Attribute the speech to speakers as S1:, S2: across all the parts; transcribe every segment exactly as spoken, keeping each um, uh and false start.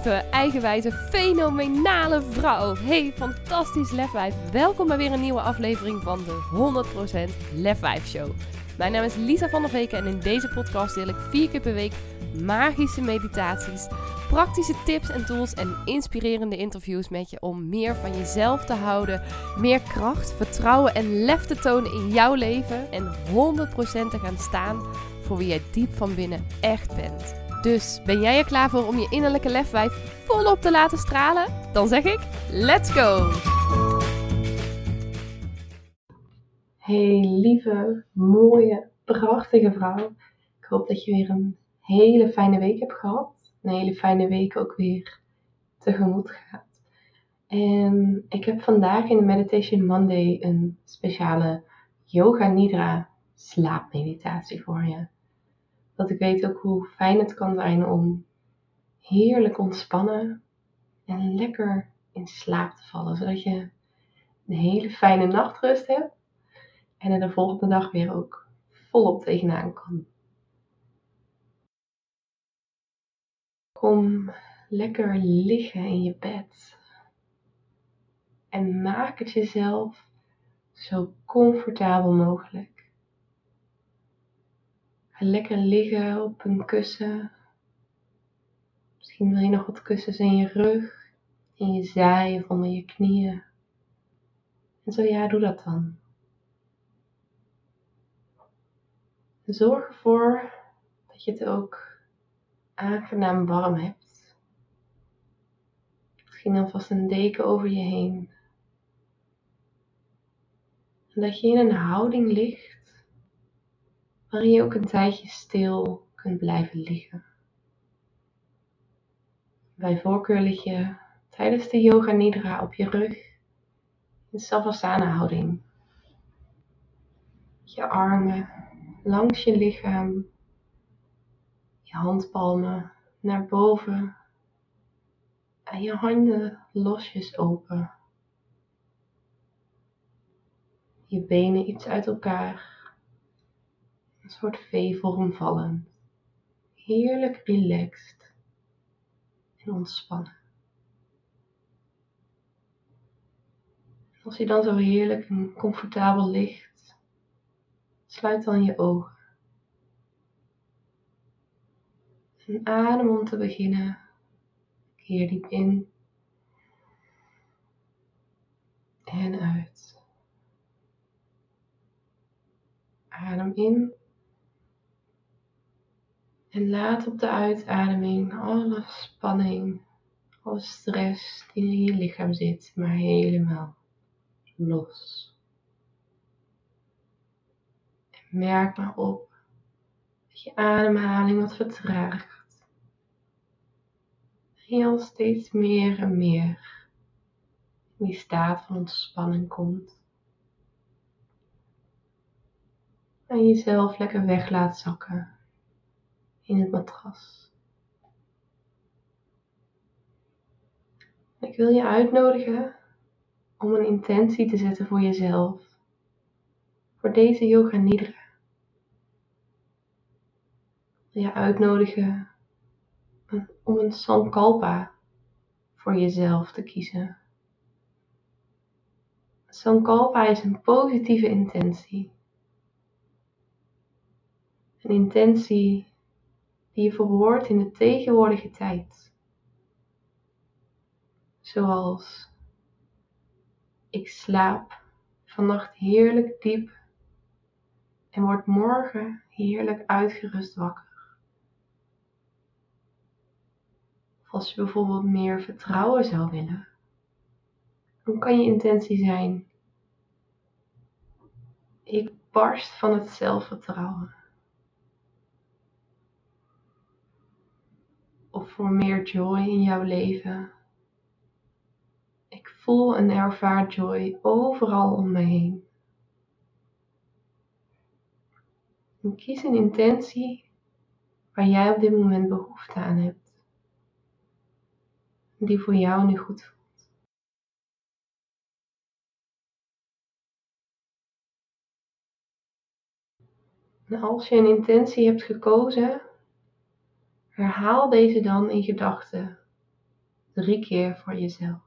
S1: positieve, eigenwijze, fenomenale vrouw. Hey, fantastisch lefwijf. Welkom bij weer een nieuwe aflevering van de honderd procent Lefwijf Show. Mijn naam is Lisa van der Veken en in deze podcast deel ik vier keer per week magische meditaties, praktische tips en tools en inspirerende interviews met je om meer van jezelf te houden, meer kracht, vertrouwen en lef te tonen in jouw leven en honderd procent te gaan staan voor wie jij diep van binnen echt bent. Dus ben jij er klaar voor om je innerlijke lefwijf volop te laten stralen? Dan zeg ik, let's go!
S2: Hey lieve, mooie, prachtige vrouw. Ik hoop dat je weer een hele fijne week hebt gehad. Een hele fijne week ook weer tegemoet gaat. En ik heb vandaag in de Meditation Monday een speciale Yoga Nidra slaapmeditatie voor je. Want ik weet ook hoe fijn het kan zijn om heerlijk ontspannen en lekker in slaap te vallen. Zodat je een hele fijne nachtrust hebt. En er de volgende dag weer ook volop tegenaan kan. Kom lekker liggen in je bed. En maak het jezelf zo comfortabel mogelijk. Ga lekker liggen op een kussen. Misschien wil je nog wat kussens in je rug, in je zij of onder je knieën. En zo ja, doe dat dan. Zorg ervoor dat je het ook aangenaam warm hebt. Misschien alvast een deken over je heen. En dat je in een houding ligt waarin je ook een tijdje stil kunt blijven liggen. Bij voorkeur lig je tijdens de Yoga Nidra op je rug in Savasana houding. Je armen langs je lichaam, je handpalmen naar boven en je handen losjes open. Je benen iets uit elkaar, een soort V-vorm vallend. Heerlijk relaxed en ontspannen. Als je dan zo heerlijk en comfortabel ligt, sluit dan je ogen. En adem om te beginnen. Keer diep in en uit. Adem in en laat op de uitademing alle spanning, alle stress die in je lichaam zit, maar helemaal los. En merk maar op dat je ademhaling wat vertraagt. En je al steeds meer en meer in die staat van ontspanning komt. En jezelf lekker weg laat zakken in het matras. Ik wil je uitnodigen om een intentie te zetten voor jezelf. Voor deze Yoga Nidra. Ik wil je uitnodigen om een Sankalpa voor jezelf te kiezen. Sankalpa is een positieve intentie. Een intentie die je verwoordt in de tegenwoordige tijd. Zoals: ik slaap vannacht heerlijk diep en word morgen heerlijk uitgerust wakker. Of als je bijvoorbeeld meer vertrouwen zou willen, dan kan je intentie zijn: ik barst van het zelfvertrouwen. Of voor meer joy in jouw leven. Ik voel en ervaar joy overal om me heen. En kies een intentie waar jij op dit moment behoefte aan hebt. Die voor jou nu goed voelt. En als je een intentie hebt gekozen, herhaal deze dan in gedachten Drie keer voor jezelf.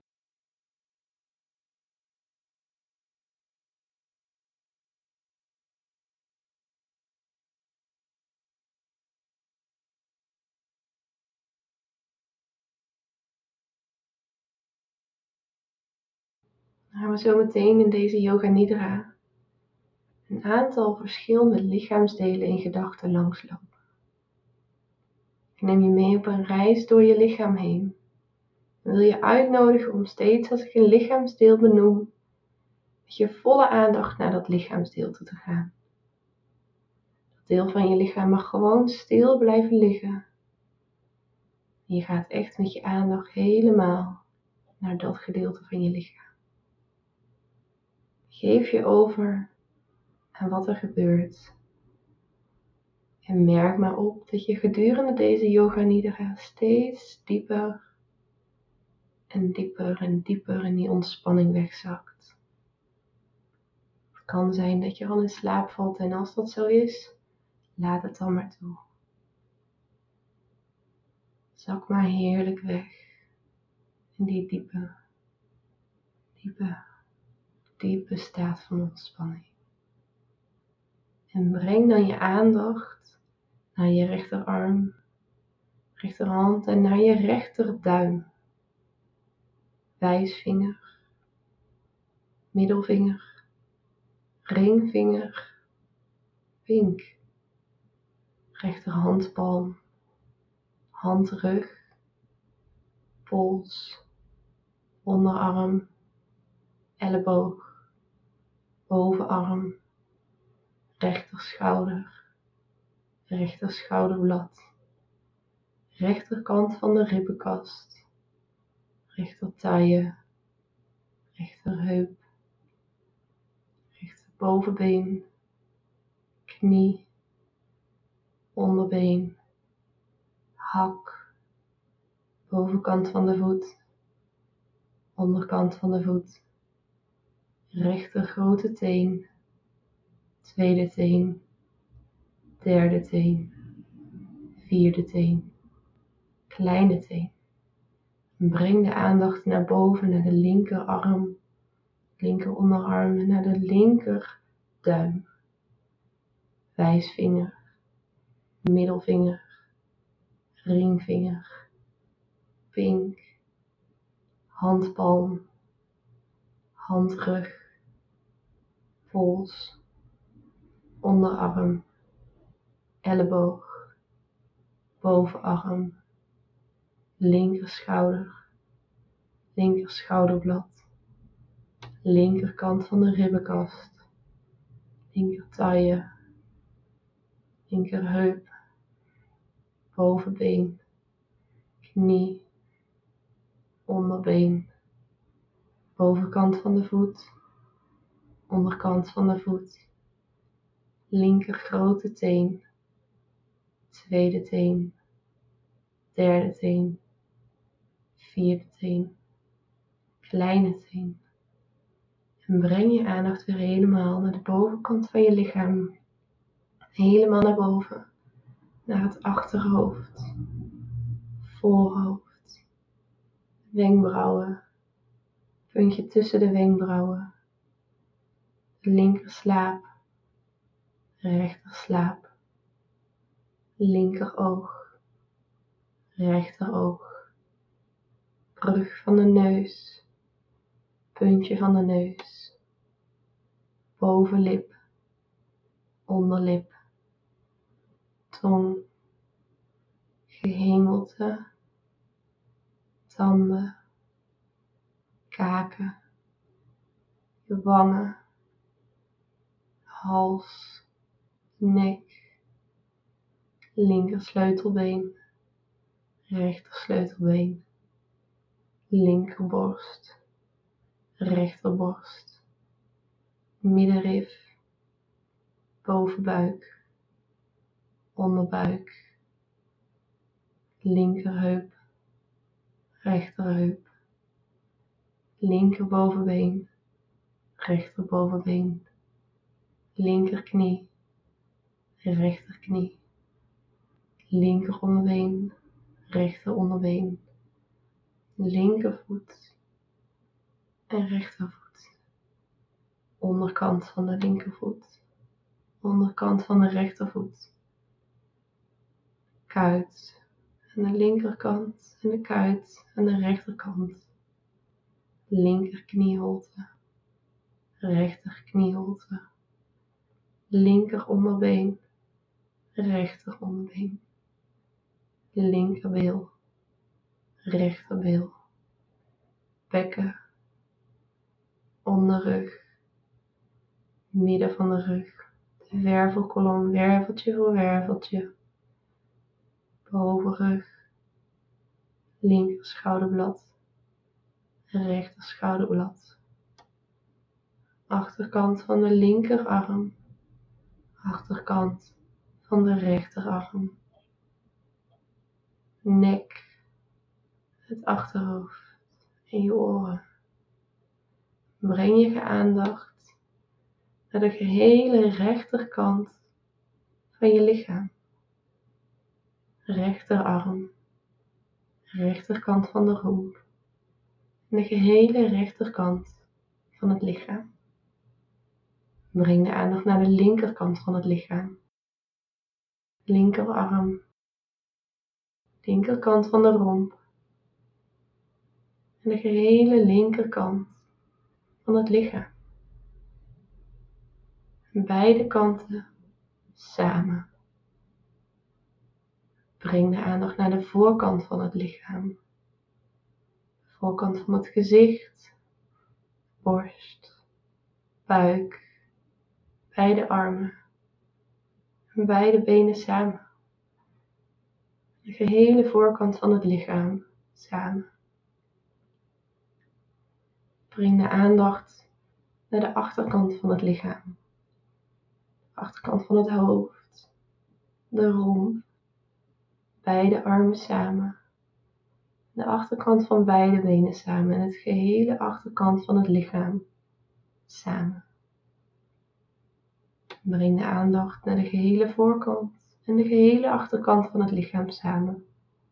S2: Dan gaan we zo meteen in deze Yoga Nidra een aantal verschillende lichaamsdelen in gedachten langslopen. Ik neem je mee op een reis door je lichaam heen. Ik wil je uitnodigen om steeds als ik een lichaamsdeel benoem, met je volle aandacht naar dat lichaamsdeel toe te gaan. Dat deel van je lichaam mag gewoon stil blijven liggen. En je gaat echt met je aandacht helemaal naar dat gedeelte van je lichaam. Geef je over aan wat er gebeurt. En merk maar op dat je gedurende deze Yoga Nidra steeds dieper en dieper en dieper in die ontspanning wegzakt. Het kan zijn dat je al in slaap valt en als dat zo is, laat het dan maar toe. Zak maar heerlijk weg in die diepe, diepe, diepe staat van ontspanning. En breng dan je aandacht naar je rechterarm, rechterhand en naar je rechterduim. Wijsvinger, middelvinger, ringvinger, pink, rechterhandpalm, handrug, pols, onderarm, elleboog, bovenarm, rechterschouder, rechterschouderblad, rechterkant van de ribbenkast, rechtertaille, rechterheup, rechterbovenbeen, knie, onderbeen, hak, bovenkant van de voet, onderkant van de voet, rechter grote teen, tweede teen, derde teen, vierde teen, kleine teen. En breng de aandacht naar boven, naar de linkerarm, linker onderarm en naar de linkerduim. Wijsvinger, middelvinger, ringvinger, pink, handpalm, handrug, pols, onderarm, elleboog, bovenarm, linkerschouder, linkerschouderblad, linkerkant van de ribbenkast, linkertaille, linkerheup, bovenbeen, knie, onderbeen, bovenkant van de voet, onderkant van de voet, linker grote teen, tweede teen, derde teen, vierde teen, kleine teen. En breng je aandacht weer helemaal naar de bovenkant van je lichaam. Helemaal naar boven, naar het achterhoofd, voorhoofd, wenkbrauwen, puntje tussen de wenkbrauwen, linkerslaap, rechterslaap, linkeroog, rechteroog, brug van de neus, puntje van de neus, bovenlip, onderlip, tong, gehemelte, tanden, kaken, je wangen, hals, nek, linker sleutelbeen, rechter sleutelbeen, linkerborst, rechterborst, middenrif, bovenbuik, onderbuik, linkerheup, rechterheup, linkerbovenbeen, rechterbovenbeen, linkerknie, rechterknie, linkeronderbeen, rechteronderbeen, linkervoet en rechtervoet. Onderkant van de linkervoet, onderkant van de rechtervoet. Kuit aan de linkerkant en de kuit aan de rechterkant. Linker knieholte, rechter knieholte. Linker onderbeen, rechter onderbeen. Linkerbeel, rechterbeel. Bekken, onderrug, midden van de rug. De wervelkolom, werveltje voor werveltje. Bovenrug, linker schouderblad, rechter schouderblad. Achterkant van de linkerarm, achterkant van de rechterarm. Nek, het achterhoofd en je oren. Breng je aandacht naar de gehele rechterkant van je lichaam. Rechterarm, rechterkant van de romp en de gehele rechterkant van het lichaam. Breng de aandacht naar de linkerkant van het lichaam. Linkerarm, linkerkant van de romp en de gehele linkerkant van het lichaam. Beide kanten samen. Breng de aandacht naar de voorkant van het lichaam. De voorkant van het gezicht, borst, buik, beide armen en beide benen samen. De gehele voorkant van het lichaam samen. Breng de aandacht naar de achterkant van het lichaam. De achterkant van het hoofd, de romp, beide armen samen. De achterkant van beide benen samen en het gehele achterkant van het lichaam samen. Breng de aandacht naar de gehele voorkant en de gehele achterkant van het lichaam samen.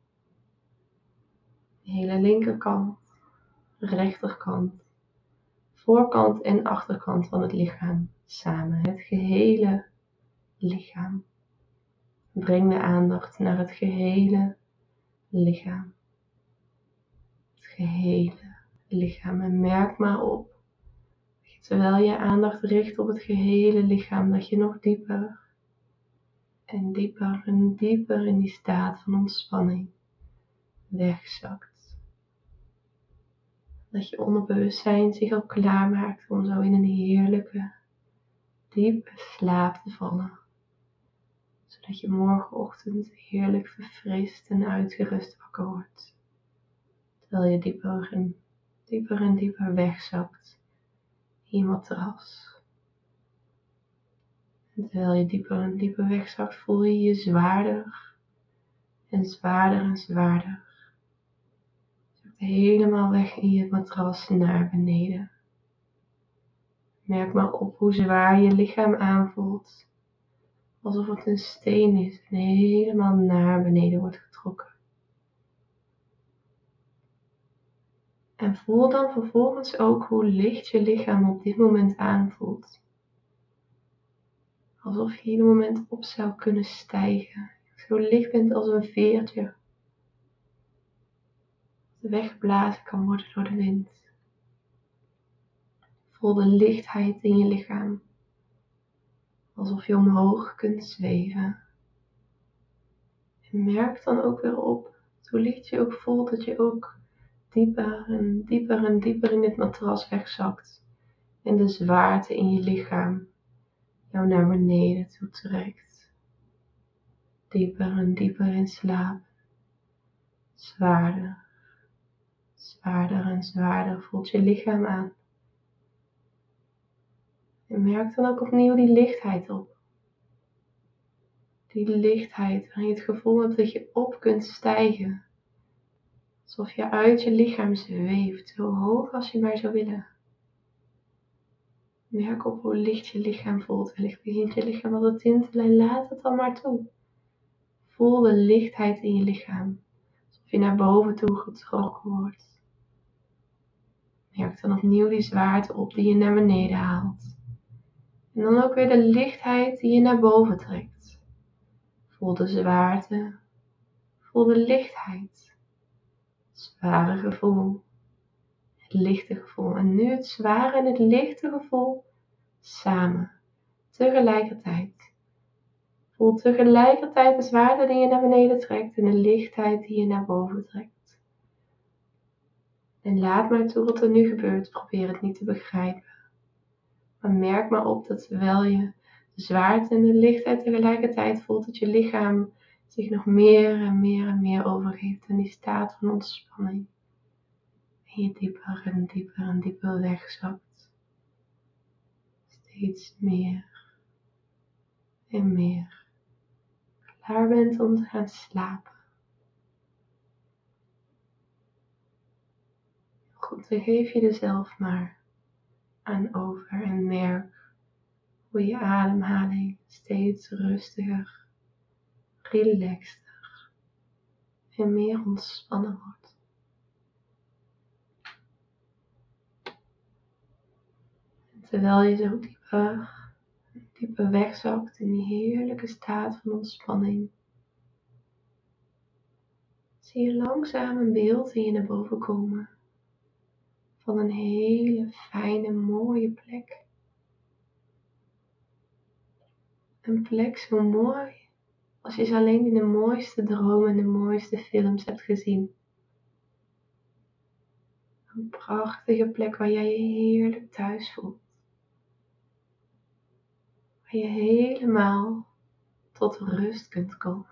S2: De hele linkerkant, rechterkant, voorkant en achterkant van het lichaam samen. Het gehele lichaam. Breng de aandacht naar het gehele lichaam. Het gehele lichaam. En merk maar op, terwijl je aandacht richt op het gehele lichaam, dat je nog dieper en dieper en dieper in die staat van ontspanning wegzakt. Dat je onderbewustzijn zich al klaarmaakt om zo in een heerlijke, diepe slaap te vallen. Zodat je morgenochtend heerlijk verfrist en uitgerust wakker wordt. Terwijl je dieper en dieper en dieper wegzakt in je matras. En terwijl je dieper en dieper wegzakt, voel je je zwaarder en zwaarder en zwaarder. Zakt helemaal weg in je matras naar beneden. Merk maar op hoe zwaar je lichaam aanvoelt. Alsof het een steen is en helemaal naar beneden wordt getrokken. En voel dan vervolgens ook hoe licht je lichaam op dit moment aanvoelt. Alsof je ieder moment op zou kunnen stijgen. Zo licht bent als een veertje. Dat weggeblazen kan worden door de wind. Voel de lichtheid in je lichaam. Alsof je omhoog kunt zweven. En merk dan ook weer op, hoe licht je ook voelt, dat je ook dieper en dieper en dieper in dit matras wegzakt. En de zwaarte in je lichaam jou naar beneden toe trekt. Dieper en dieper in slaap. Zwaarder, zwaarder en zwaarder voelt je lichaam aan. En merk dan ook opnieuw die lichtheid op. Die lichtheid waarin je het gevoel hebt dat je op kunt stijgen. Alsof je uit je lichaam zweeft, zo hoog als je maar zou willen. Merk op hoe licht je lichaam voelt. Wellicht begint je lichaam al te tintelen en laat het dan maar toe. Voel de lichtheid in je lichaam. Alsof je naar boven toe getrokken wordt. Merk dan opnieuw die zwaarte op die je naar beneden haalt. En dan ook weer de lichtheid die je naar boven trekt. Voel de zwaarte. Voel de lichtheid. Het zware gevoel. Het lichte gevoel. En nu het zware en het lichte gevoel samen. Tegelijkertijd. Voel tegelijkertijd de zwaarte die je naar beneden trekt en de lichtheid die je naar boven trekt. En laat maar toe wat er nu gebeurt. Probeer het niet te begrijpen. Maar merk maar op dat terwijl je de zwaarte en de lichtheid tegelijkertijd voelt, dat je lichaam zich nog meer en meer en meer overgeeft aan die staat van ontspanning. En je dieper en dieper en dieper wegzakt. Steeds meer en meer. Klaar bent om te gaan slapen. Goed, dan geef je er zelf maar aan over en merk hoe je ademhaling steeds rustiger, relaxter en meer ontspannen wordt. En terwijl je zo dieper, dieper wegzakt in die heerlijke staat van ontspanning, zie je langzaam een beeld in je naar boven komen van een hele fijne, mooie plek. Een plek zo mooi als je ze alleen in de mooiste dromen en de mooiste films hebt gezien. Een prachtige plek waar jij je heerlijk thuis voelt. Waar je helemaal tot rust kunt komen.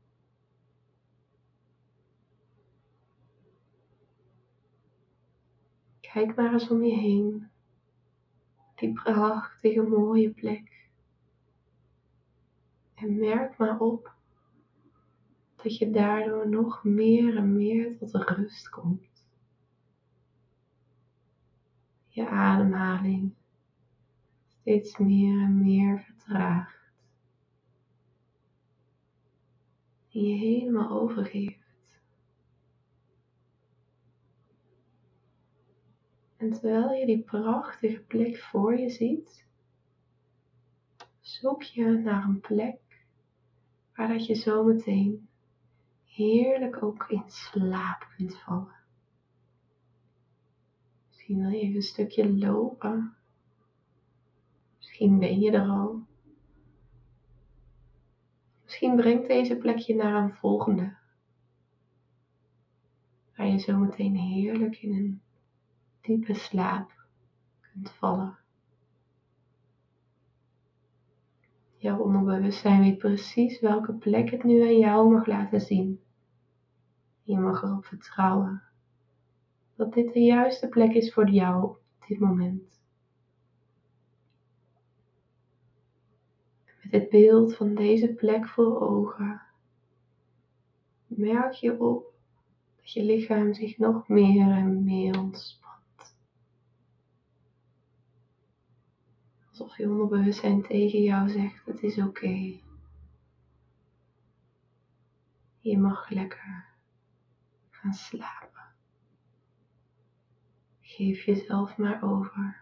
S2: Kijk maar eens om je heen. Die prachtige mooie plek. En merk maar op dat je daardoor nog meer en meer tot rust komt. Je ademhaling steeds meer en meer vertraagt. En je helemaal overgeeft. En terwijl je die prachtige plek voor je ziet, zoek je naar een plek waar dat je zometeen heerlijk ook in slaap kunt vallen. Misschien wil je even een stukje lopen. Misschien ben je er al. Misschien brengt deze plek je naar een volgende. Waar je zometeen heerlijk in een diepe slaap kunt vallen. Jouw onderbewustzijn weet precies welke plek het nu aan jou mag laten zien. Je mag erop vertrouwen dat dit de juiste plek is voor jou op dit moment. Met dit beeld van deze plek voor ogen, merk je op dat je lichaam zich nog meer en meer ontspant. Alsof je onderbewustzijn tegen jou zegt, het is oké. Je mag lekker gaan slapen. Geef jezelf maar over.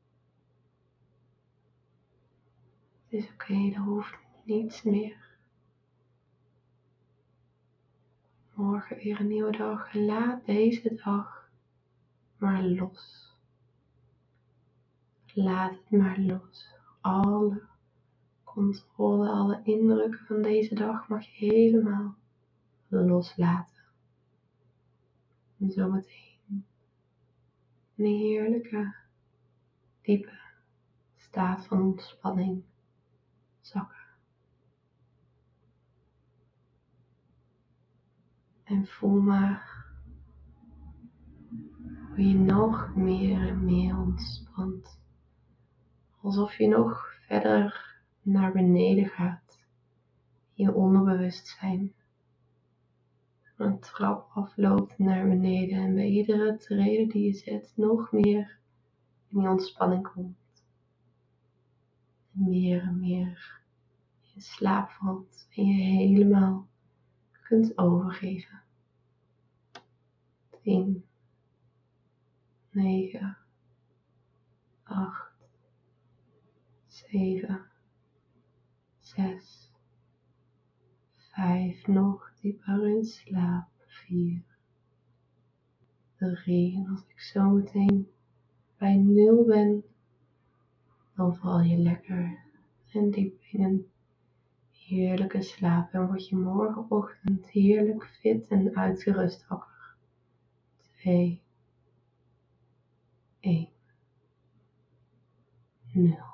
S2: Het is oké, er hoeft niets meer. Morgen weer een nieuwe dag en laat deze dag maar los. Laat het maar los. Alle controle, alle indrukken van deze dag mag je helemaal loslaten. En zometeen een heerlijke, diepe staat van ontspanning zakken. En voel maar hoe je nog meer en meer ontspant. Alsof je nog verder naar beneden gaat. In je onderbewustzijn. Een trap afloopt naar beneden. En bij iedere trede die je zet nog meer in die ontspanning komt. En meer en meer in slaap valt. En je helemaal kunt overgeven. tien, negen, acht, zeven, zes, vijf, nog dieper in slaap, vier, drie. En als ik zo meteen bij nul ben, dan val je lekker en diep in een heerlijke slaap en word je morgenochtend heerlijk fit en uitgerust wakker. twee, één, nul.